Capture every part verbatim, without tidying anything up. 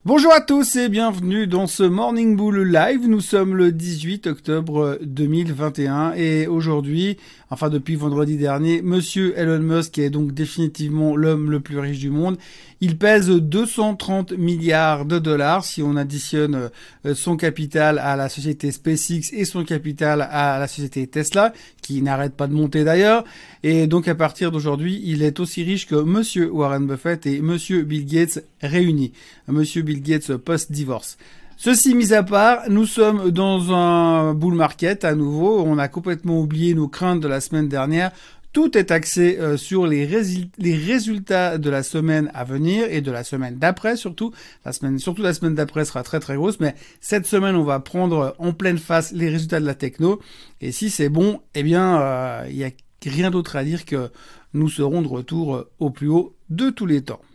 Bonjour à tous et bienvenue dans ce Morning Bull Live. Nous sommes le dix-huit octobre deux mille vingt et un et aujourd'hui, enfin depuis vendredi dernier, monsieur Elon Musk est donc définitivement l'homme le plus riche du monde. Il pèse deux cent trente milliards de dollars si on additionne son capital à la société SpaceX et son capital à la société Tesla, qui n'arrête pas de monter d'ailleurs. Et donc à partir d'aujourd'hui, il est aussi riche que monsieur Warren Buffett et monsieur Bill Gates réunis. Monsieur Bill Gates post-divorce. Ceci mis à part, nous sommes dans un bull market à nouveau. On a complètement oublié nos craintes de la semaine dernière. Tout est axé euh, sur les, résil- les résultats de la semaine à venir et de la semaine d'après surtout. La semaine, surtout la semaine d'après sera très très grosse, mais cette semaine on va prendre en pleine face les résultats de la techno. Et si c'est bon, eh bien il euh, n'y a rien d'autre à dire que nous serons de retour au plus haut de tous les temps.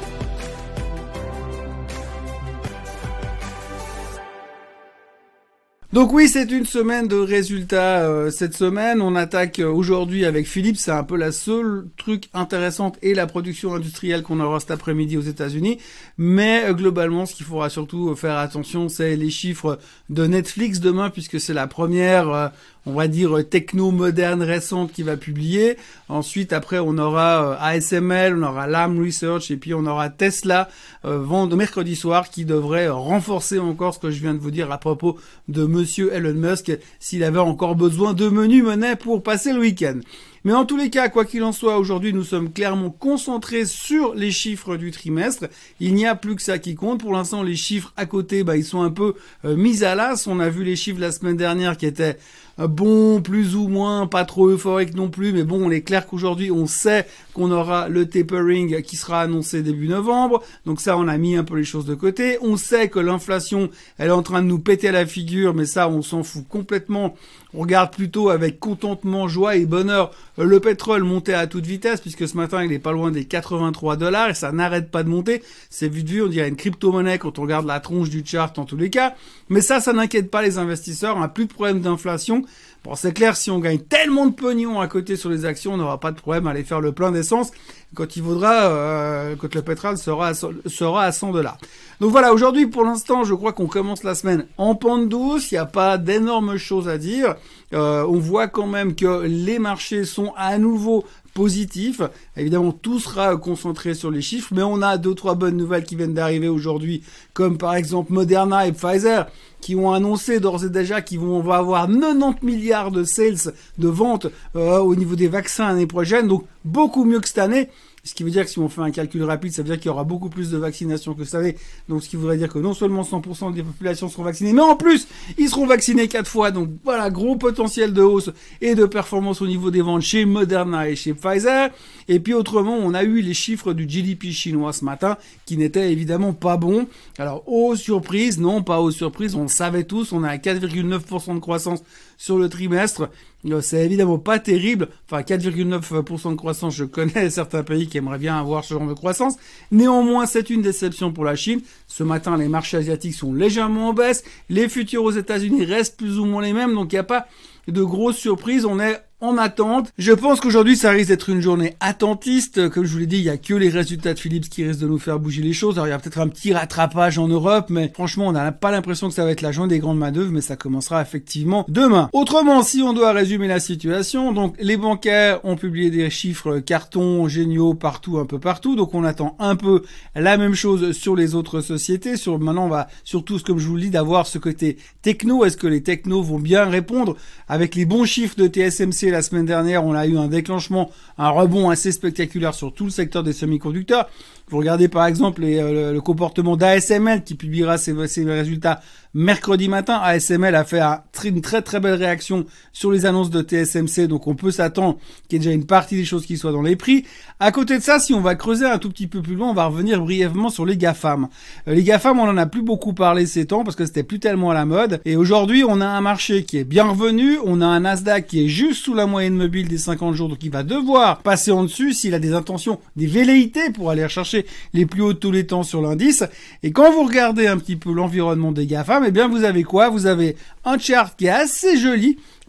Donc oui, c'est une semaine de résultats euh, cette semaine. On attaque euh, aujourd'hui avec Philips. C'est un peu la seule truc intéressante et la production industrielle qu'on aura cet après-midi aux États-Unis. Mais euh, globalement, ce qu'il faudra surtout euh, faire attention, c'est les chiffres de Netflix demain, puisque c'est la première, euh, on va dire, techno moderne récente qui va publier. Ensuite, après, on aura euh, A S M L, on aura Lam Research et puis on aura Tesla euh, vendre mercredi soir qui devrait euh, renforcer encore ce que je viens de vous dire à propos de Monsieur Elon Musk, s'il avait encore besoin de menu monnaie pour passer le week-end. Mais en tous les cas, quoi qu'il en soit, aujourd'hui, nous sommes clairement concentrés sur les chiffres du trimestre. Il n'y a plus que ça qui compte. Pour l'instant, les chiffres à côté, bah, ils sont un peu euh, mis à l'as. On a vu les chiffres la semaine dernière qui étaient euh, bons, plus ou moins, pas trop euphoriques non plus. Mais bon, on est clair qu'aujourd'hui, on sait qu'on aura le tapering qui sera annoncé début novembre. Donc ça, on a mis un peu les choses de côté. On sait que l'inflation, elle est en train de nous péter à la figure, mais ça, on s'en fout complètement. On regarde plutôt avec contentement, joie et bonheur le pétrole monter à toute vitesse, puisque ce matin, il est pas loin des quatre-vingt-trois dollars et ça n'arrête pas de monter. C'est vite vu, on dirait une crypto-monnaie quand on regarde la tronche du chart en tous les cas. Mais ça, ça n'inquiète pas les investisseurs. On n'a plus de problème d'inflation. Bon, c'est clair, si on gagne tellement de pognon à côté sur les actions, on n'aura pas de problème à aller faire le plein d'essence quand il vaudra, euh, quand le pétrole sera à, sera à cent dollars. Donc voilà, aujourd'hui, pour l'instant, je crois qu'on commence la semaine en pente douce. Il n'y a pas d'énormes choses à dire. Euh, on voit quand même que les marchés sont à nouveau positif. Évidemment, tout sera concentré sur les chiffres, mais on a deux, trois bonnes nouvelles qui viennent d'arriver aujourd'hui, comme par exemple Moderna et Pfizer, qui ont annoncé d'ores et déjà qu'ils vont, on va avoir quatre-vingt-dix milliards de sales, de ventes euh, au niveau des vaccins l'année prochaine, donc beaucoup mieux que cette année. Ce qui veut dire que si on fait un calcul rapide, ça veut dire qu'il y aura beaucoup plus de vaccination que cette année. Donc, ce qui voudrait dire que non seulement cent pour cent des populations seront vaccinées, mais en plus, ils seront vaccinés quatre fois. Donc, voilà, gros potentiel de hausse et de performance au niveau des ventes chez Moderna et chez Pfizer. Et puis, autrement, on a eu les chiffres du G D P chinois ce matin, qui n'étaient évidemment pas bons. Alors, aux surprises, non, pas aux surprises, on le savait tous, on est à quatre virgule neuf pour cent de croissance sur le trimestre. C'est évidemment pas terrible. Enfin, quatre virgule neuf pour cent de croissance, je connais certains pays qui aimeraient bien avoir ce genre de croissance. Néanmoins, c'est une déception pour la Chine. Ce matin, les marchés asiatiques sont légèrement en baisse. Les futurs aux États-Unis restent plus ou moins les mêmes. Donc, il n'y a pas de grosses surprises. On est en attente. Je pense qu'aujourd'hui, ça risque d'être une journée attentiste. Comme je vous l'ai dit, il y a que les résultats de Philips qui risquent de nous faire bouger les choses. Alors, il y a peut-être un petit rattrapage en Europe, mais franchement, on n'a pas l'impression que ça va être la journée des grandes manœuvres, mais ça commencera effectivement demain. Autrement, si on doit résumer la situation, donc les bancaires ont publié des chiffres cartons géniaux partout, un peu partout. Donc, on attend un peu la même chose sur les autres sociétés. Sur maintenant, on va surtout, comme je vous le dis, d'avoir ce côté techno. Est-ce que les technos vont bien répondre avec les bons chiffres de T S M C? La semaine dernière, on a eu un déclenchement, un rebond assez spectaculaire sur tout le secteur des semi-conducteurs. Vous regardez par exemple les, euh, le comportement d'A S M L qui publiera ses, ses résultats mercredi matin. A S M L a fait un, une très très belle réaction sur les annonces de T S M C, donc on peut s'attendre qu'il y ait déjà une partie des choses qui soient dans les prix. À côté de ça, si on va creuser un tout petit peu plus loin, on va revenir brièvement sur les GAFAM. Euh, les GAFAM, on en a plus beaucoup parlé ces temps parce que c'était plus tellement à la mode. Et aujourd'hui, on a un marché qui est bien revenu, on a un Nasdaq qui est juste sous la moyenne mobile des cinquante jours, donc il va devoir passer en dessus s'il a des intentions, des velléités pour aller chercher les plus hauts de tous les temps sur l'indice. Et quand vous regardez un petit peu l'environnement des GAFAM, eh bien vous avez quoi? Vous avez un chart qui est assez joli,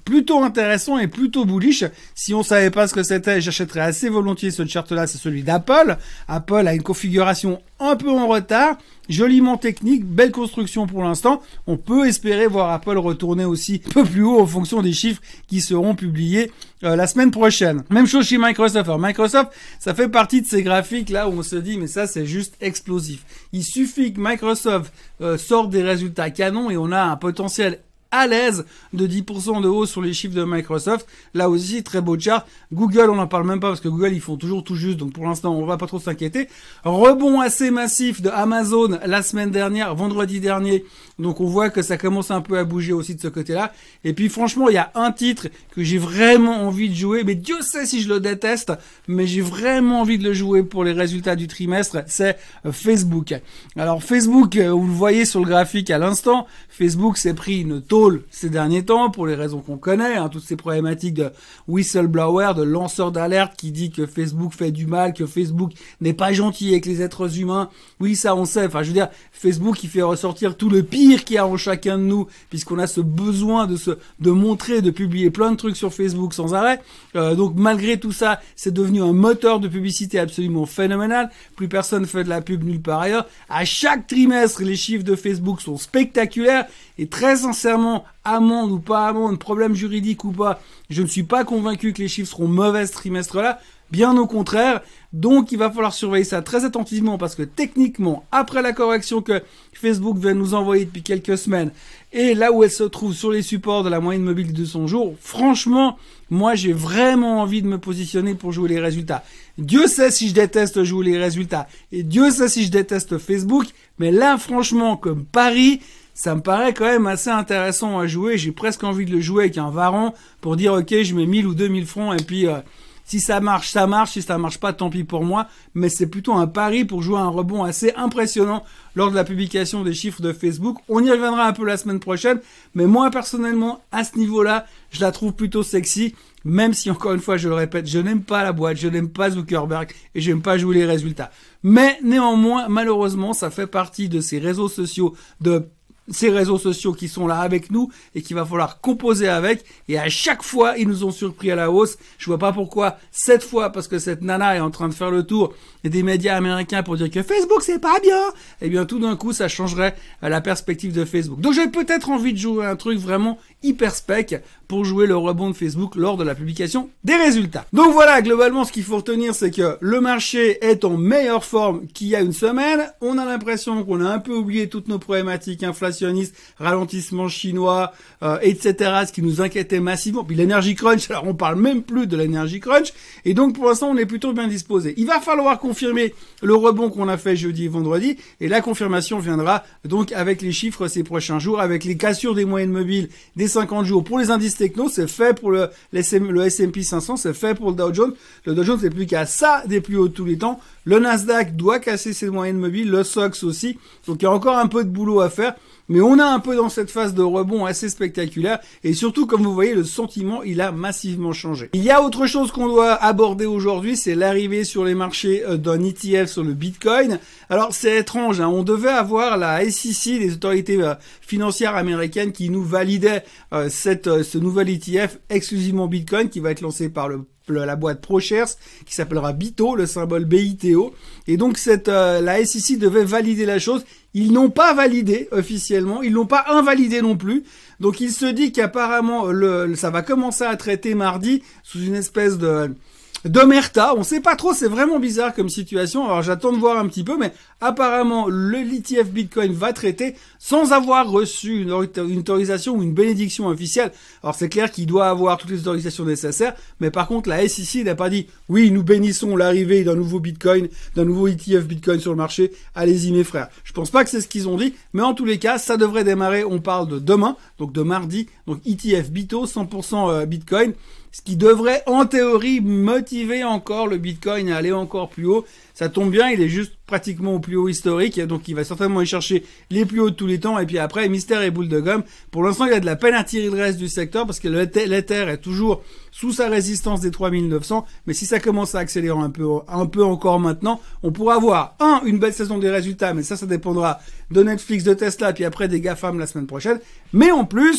plutôt intéressant et plutôt bullish. Si on savait pas ce que c'était, j'achèterais assez volontiers ce chart-là, c'est celui d'Apple. Apple a une configuration un peu en retard, joliment technique, belle construction pour l'instant. On peut espérer voir Apple retourner aussi un peu plus haut en fonction des chiffres qui seront publiés euh, la semaine prochaine. Même chose chez Microsoft. Alors Microsoft, ça fait partie de ces graphiques là où on se dit mais ça c'est juste explosif. Il suffit que Microsoft euh, sorte des résultats canons et on a un potentiel à l'aise de dix pour cent de hausse sur les chiffres de Microsoft. Là aussi, très beau chart. Google, on n'en parle même pas parce que Google, ils font toujours tout juste. Donc, pour l'instant, on va pas trop s'inquiéter. Rebond assez massif de Amazon la semaine dernière, vendredi dernier. Donc, on voit que ça commence un peu à bouger aussi de ce côté-là. Et puis, franchement, il y a un titre que j'ai vraiment envie de jouer. Mais Dieu sait si je le déteste. Mais j'ai vraiment envie de le jouer pour les résultats du trimestre. C'est Facebook. Alors, Facebook, vous le voyez sur le graphique à l'instant. Facebook s'est pris une tôle ces derniers temps pour les raisons qu'on connaît, hein, toutes ces problématiques de whistleblower, de lanceur d'alerte qui dit que Facebook fait du mal, que Facebook n'est pas gentil avec les êtres humains. Oui, ça on sait. Enfin, je veux dire, Facebook il fait ressortir tout le pire qu'il y a en chacun de nous, puisqu'on a ce besoin de se, de montrer, de publier plein de trucs sur Facebook sans arrêt. Euh, donc malgré tout ça, c'est devenu un moteur de publicité absolument phénoménal. Plus personne fait de la pub nulle part ailleurs. À chaque trimestre, les chiffres de Facebook sont spectaculaires et très sincèrement, amende ou pas amende, problème juridique ou pas, je ne suis pas convaincu que les chiffres seront mauvais ce trimestre-là, bien au contraire. Donc il va falloir surveiller ça très attentivement parce que techniquement, après la correction que Facebook vient nous envoyer depuis quelques semaines, et là où elle se trouve sur les supports de la moyenne mobile de deux cents jours, franchement, moi j'ai vraiment envie de me positionner pour jouer les résultats. Dieu sait si je déteste jouer les résultats, et Dieu sait si je déteste Facebook, mais là franchement, comme pari, ça me paraît quand même assez intéressant à jouer. J'ai presque envie de le jouer avec un varan pour dire ok, je mets mille ou deux mille francs et puis euh, si ça marche, ça marche. Si ça marche pas, tant pis pour moi. Mais c'est plutôt un pari pour jouer un rebond assez impressionnant lors de la publication des chiffres de Facebook. On y reviendra un peu la semaine prochaine. Mais moi, personnellement, à ce niveau-là, je la trouve plutôt sexy. Même si, encore une fois, je le répète, je n'aime pas la boîte, je n'aime pas Zuckerberg et j'aime pas jouer les résultats. Mais néanmoins, malheureusement, ça fait partie de ces réseaux sociaux de ces réseaux sociaux qui sont là avec nous et qu'il va falloir composer avec, et à chaque fois ils nous ont surpris à la hausse. Je vois pas pourquoi cette fois, parce que cette nana est en train de faire le tour des médias américains pour dire que Facebook c'est pas bien, et bien tout d'un coup ça changerait la perspective de Facebook. Donc j'ai peut-être envie de jouer un truc vraiment hyper spec pour jouer le rebond de Facebook lors de la publication des résultats. Donc voilà, globalement ce qu'il faut retenir, c'est que le marché est en meilleure forme qu'il y a une semaine. On a l'impression qu'on a un peu oublié toutes nos problématiques inflationnistes, ralentissement chinois, euh, et cetera, ce qui nous inquiétait massivement. Puis l'énergie crunch, alors on parle même plus de l'énergie crunch, et donc pour l'instant on est plutôt bien disposé. Il va falloir confirmer le rebond qu'on a fait jeudi et vendredi, et la confirmation viendra donc avec les chiffres ces prochains jours, avec les cassures des moyennes mobiles des cinquante jours pour les indices techno, c'est fait pour le, le S and P cinq cents, c'est fait pour le Dow Jones. Le Dow Jones c'est plus qu'à ça des plus hauts de tous les temps. Le Nasdaq doit casser ses moyennes mobiles, le S O X aussi. Donc il y a encore un peu de boulot à faire. Mais on a un peu dans cette phase de rebond assez spectaculaire. Et surtout, comme vous voyez, le sentiment, il a massivement changé. Il y a autre chose qu'on doit aborder aujourd'hui, c'est l'arrivée sur les marchés d'un E T F sur le Bitcoin. Alors, c'est étrange, hein. On devait avoir la S E C, les autorités euh, financières américaines, qui nous validaient euh, cette, euh, ce nouvel E T F exclusivement Bitcoin, qui va être lancé par le la boîte ProShares qui s'appellera BITO, le symbole B I T O. Et donc cette euh, la S E C devait valider la chose. Ils n'ont pas validé officiellement, ils l'ont pas invalidé non plus. Donc il se dit qu'apparemment le, ça va commencer à traiter mardi sous une espèce de d'omerta, on sait pas trop, c'est vraiment bizarre comme situation. Alors j'attends de voir un petit peu, mais apparemment le E T F Bitcoin va traiter sans avoir reçu une, une autorisation ou une bénédiction officielle. Alors c'est clair qu'il doit avoir toutes les autorisations nécessaires, mais par contre la S E C n'a pas dit oui, nous bénissons l'arrivée d'un nouveau Bitcoin, d'un nouveau E T F Bitcoin sur le marché. Allez-y mes frères. Je pense pas que c'est ce qu'ils ont dit, mais en tous les cas ça devrait démarrer. On parle de demain, donc de mardi, donc E T F BITO cent pour cent Bitcoin. Ce qui devrait, en théorie, motiver encore le Bitcoin à aller encore plus haut. Ça tombe bien, il est juste pratiquement au plus haut historique, donc il va certainement y chercher les plus hauts de tous les temps. Et puis après, mystère et boule de gomme. Pour l'instant, il a de la peine à tirer le reste du secteur parce que l'Ether est toujours sous sa résistance des trois mille neuf cents. Mais si ça commence à accélérer un peu, un peu encore maintenant, on pourra avoir, un, une belle saison des résultats, mais ça, ça dépendra de Netflix, de Tesla, puis après des GAFAM la semaine prochaine. Mais en plus,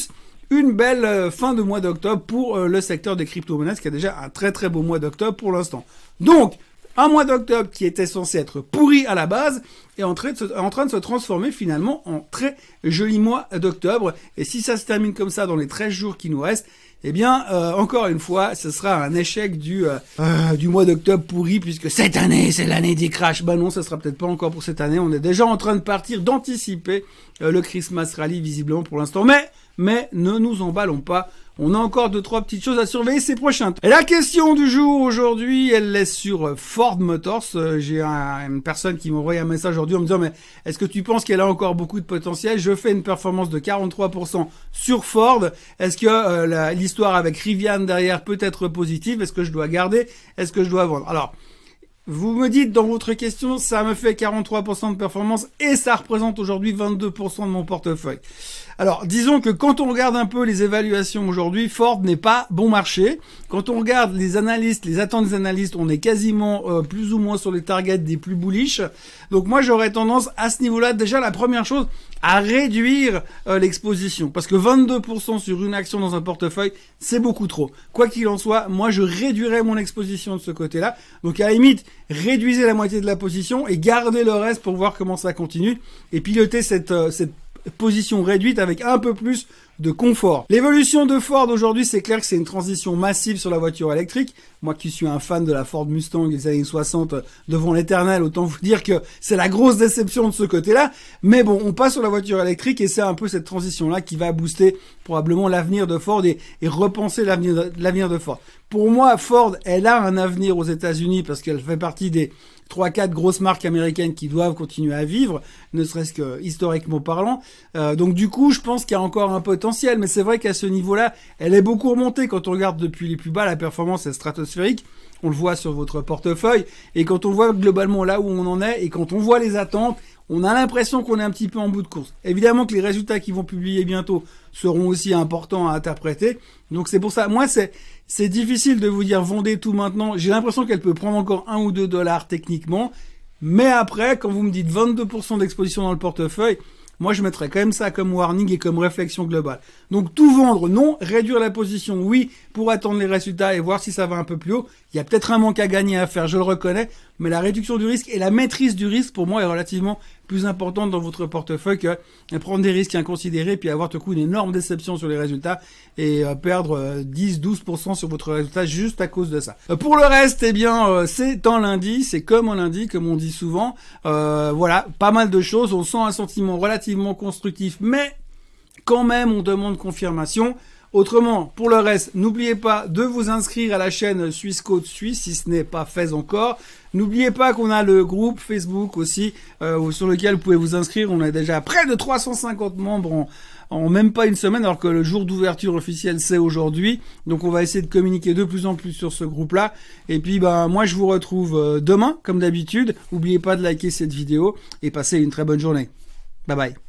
une belle euh, fin de mois d'octobre pour euh, le secteur des crypto-monnaies, qui a déjà un très très beau mois d'octobre pour l'instant. Donc, un mois d'octobre qui était censé être pourri à la base est en train de se, en train de se transformer finalement en très joli mois d'octobre. Et si ça se termine comme ça dans les treize jours qui nous restent, eh bien, euh, encore une fois, ce sera un échec du euh, euh, du mois d'octobre pourri, puisque cette année, c'est l'année des crashs. Bah non, ça sera peut-être pas encore pour cette année. On est déjà en train de partir, d'anticiper euh, le Christmas Rally, visiblement pour l'instant. Mais, mais, ne nous emballons pas. On a encore deux, trois petites choses à surveiller ces prochains temps. Et la question du jour aujourd'hui, elle est sur Ford Motors. Euh, j'ai un, une personne qui m'a envoyé un message aujourd'hui en me disant, mais est-ce que tu penses qu'elle a encore beaucoup de potentiel? Je fais une performance de quarante-trois pour cent sur Ford. Est-ce que euh, la, l'histoire avec Rivian derrière peut être positive? Est-ce que je dois garder? Est-ce que je dois vendre? Alors, vous me dites dans votre question, ça me fait quarante-trois pour cent de performance et ça représente aujourd'hui vingt-deux pour cent de mon portefeuille. Alors, disons que quand on regarde un peu les évaluations aujourd'hui, Ford n'est pas bon marché. Quand on regarde les analystes, les attentes des analystes, on est quasiment euh, plus ou moins sur les targets des plus bullish. Donc moi, j'aurais tendance à ce niveau-là, déjà la première chose, à réduire euh, l'exposition. Parce que vingt-deux pour cent sur une action dans un portefeuille, c'est beaucoup trop. Quoi qu'il en soit, moi, je réduirais mon exposition de ce côté-là. Donc à la limite, réduisez la moitié de la position et gardez le reste pour voir comment ça continue. Et piloter cette, euh, cette position réduite avec un peu plus de confort. L'évolution de Ford aujourd'hui, c'est clair que c'est une transition massive sur la voiture électrique. Moi qui suis un fan de la Ford Mustang des années soixante devant l'éternel, autant vous dire que c'est la grosse déception de ce côté-là. Mais bon, on passe sur la voiture électrique et c'est un peu cette transition-là qui va booster probablement l'avenir de Ford et, et repenser l'avenir de, l'avenir de Ford. Pour moi, Ford, elle a un avenir aux États-Unis parce qu'elle fait partie des trois quatre grosses marques américaines qui doivent continuer à vivre, ne serait-ce que historiquement parlant. Euh, donc du coup, je pense qu'il y a encore un potentiel, mais c'est vrai qu'à ce niveau-là, elle est beaucoup remontée. Quand on regarde depuis les plus bas, la performance est stratosphérique. On le voit sur votre portefeuille. Et quand on voit globalement là où on en est, et quand on voit les attentes, on a l'impression qu'on est un petit peu en bout de course. Évidemment que les résultats qu'ils vont publier bientôt seront aussi importants à interpréter. Donc c'est pour ça, moi c'est c'est difficile de vous dire vendez tout maintenant. J'ai l'impression qu'elle peut prendre encore un ou deux dollars techniquement. Mais après, quand vous me dites vingt-deux pour cent d'exposition dans le portefeuille, moi je mettrais quand même ça comme warning et comme réflexion globale. Donc tout vendre, non. Réduire la position, oui, pour attendre les résultats et voir si ça va un peu plus haut. Il y a peut-être un manque à gagner à faire, je le reconnais, mais la réduction du risque et la maîtrise du risque, pour moi, est relativement plus importante dans votre portefeuille que prendre des risques inconsidérés puis avoir tout coup une énorme déception sur les résultats et euh, perdre euh, dix à douze pour cent sur votre résultat juste à cause de ça. Euh, pour le reste, eh bien, euh, c'est un lundi, c'est comme un lundi, comme on dit souvent. Euh, voilà, pas mal de choses. On sent un sentiment relativement constructif, mais quand même, on demande confirmation. Autrement, pour le reste, n'oubliez pas de vous inscrire à la chaîne Suisse Côte Suisse, si ce n'est pas fait encore. N'oubliez pas qu'on a le groupe Facebook aussi, euh, sur lequel vous pouvez vous inscrire. On a déjà près de trois cent cinquante membres en, en même pas une semaine, alors que le jour d'ouverture officiel, c'est aujourd'hui. Donc, on va essayer de communiquer de plus en plus sur ce groupe-là. Et puis, ben, moi, je vous retrouve demain, comme d'habitude. N'oubliez pas de liker cette vidéo et passez une très bonne journée. Bye bye.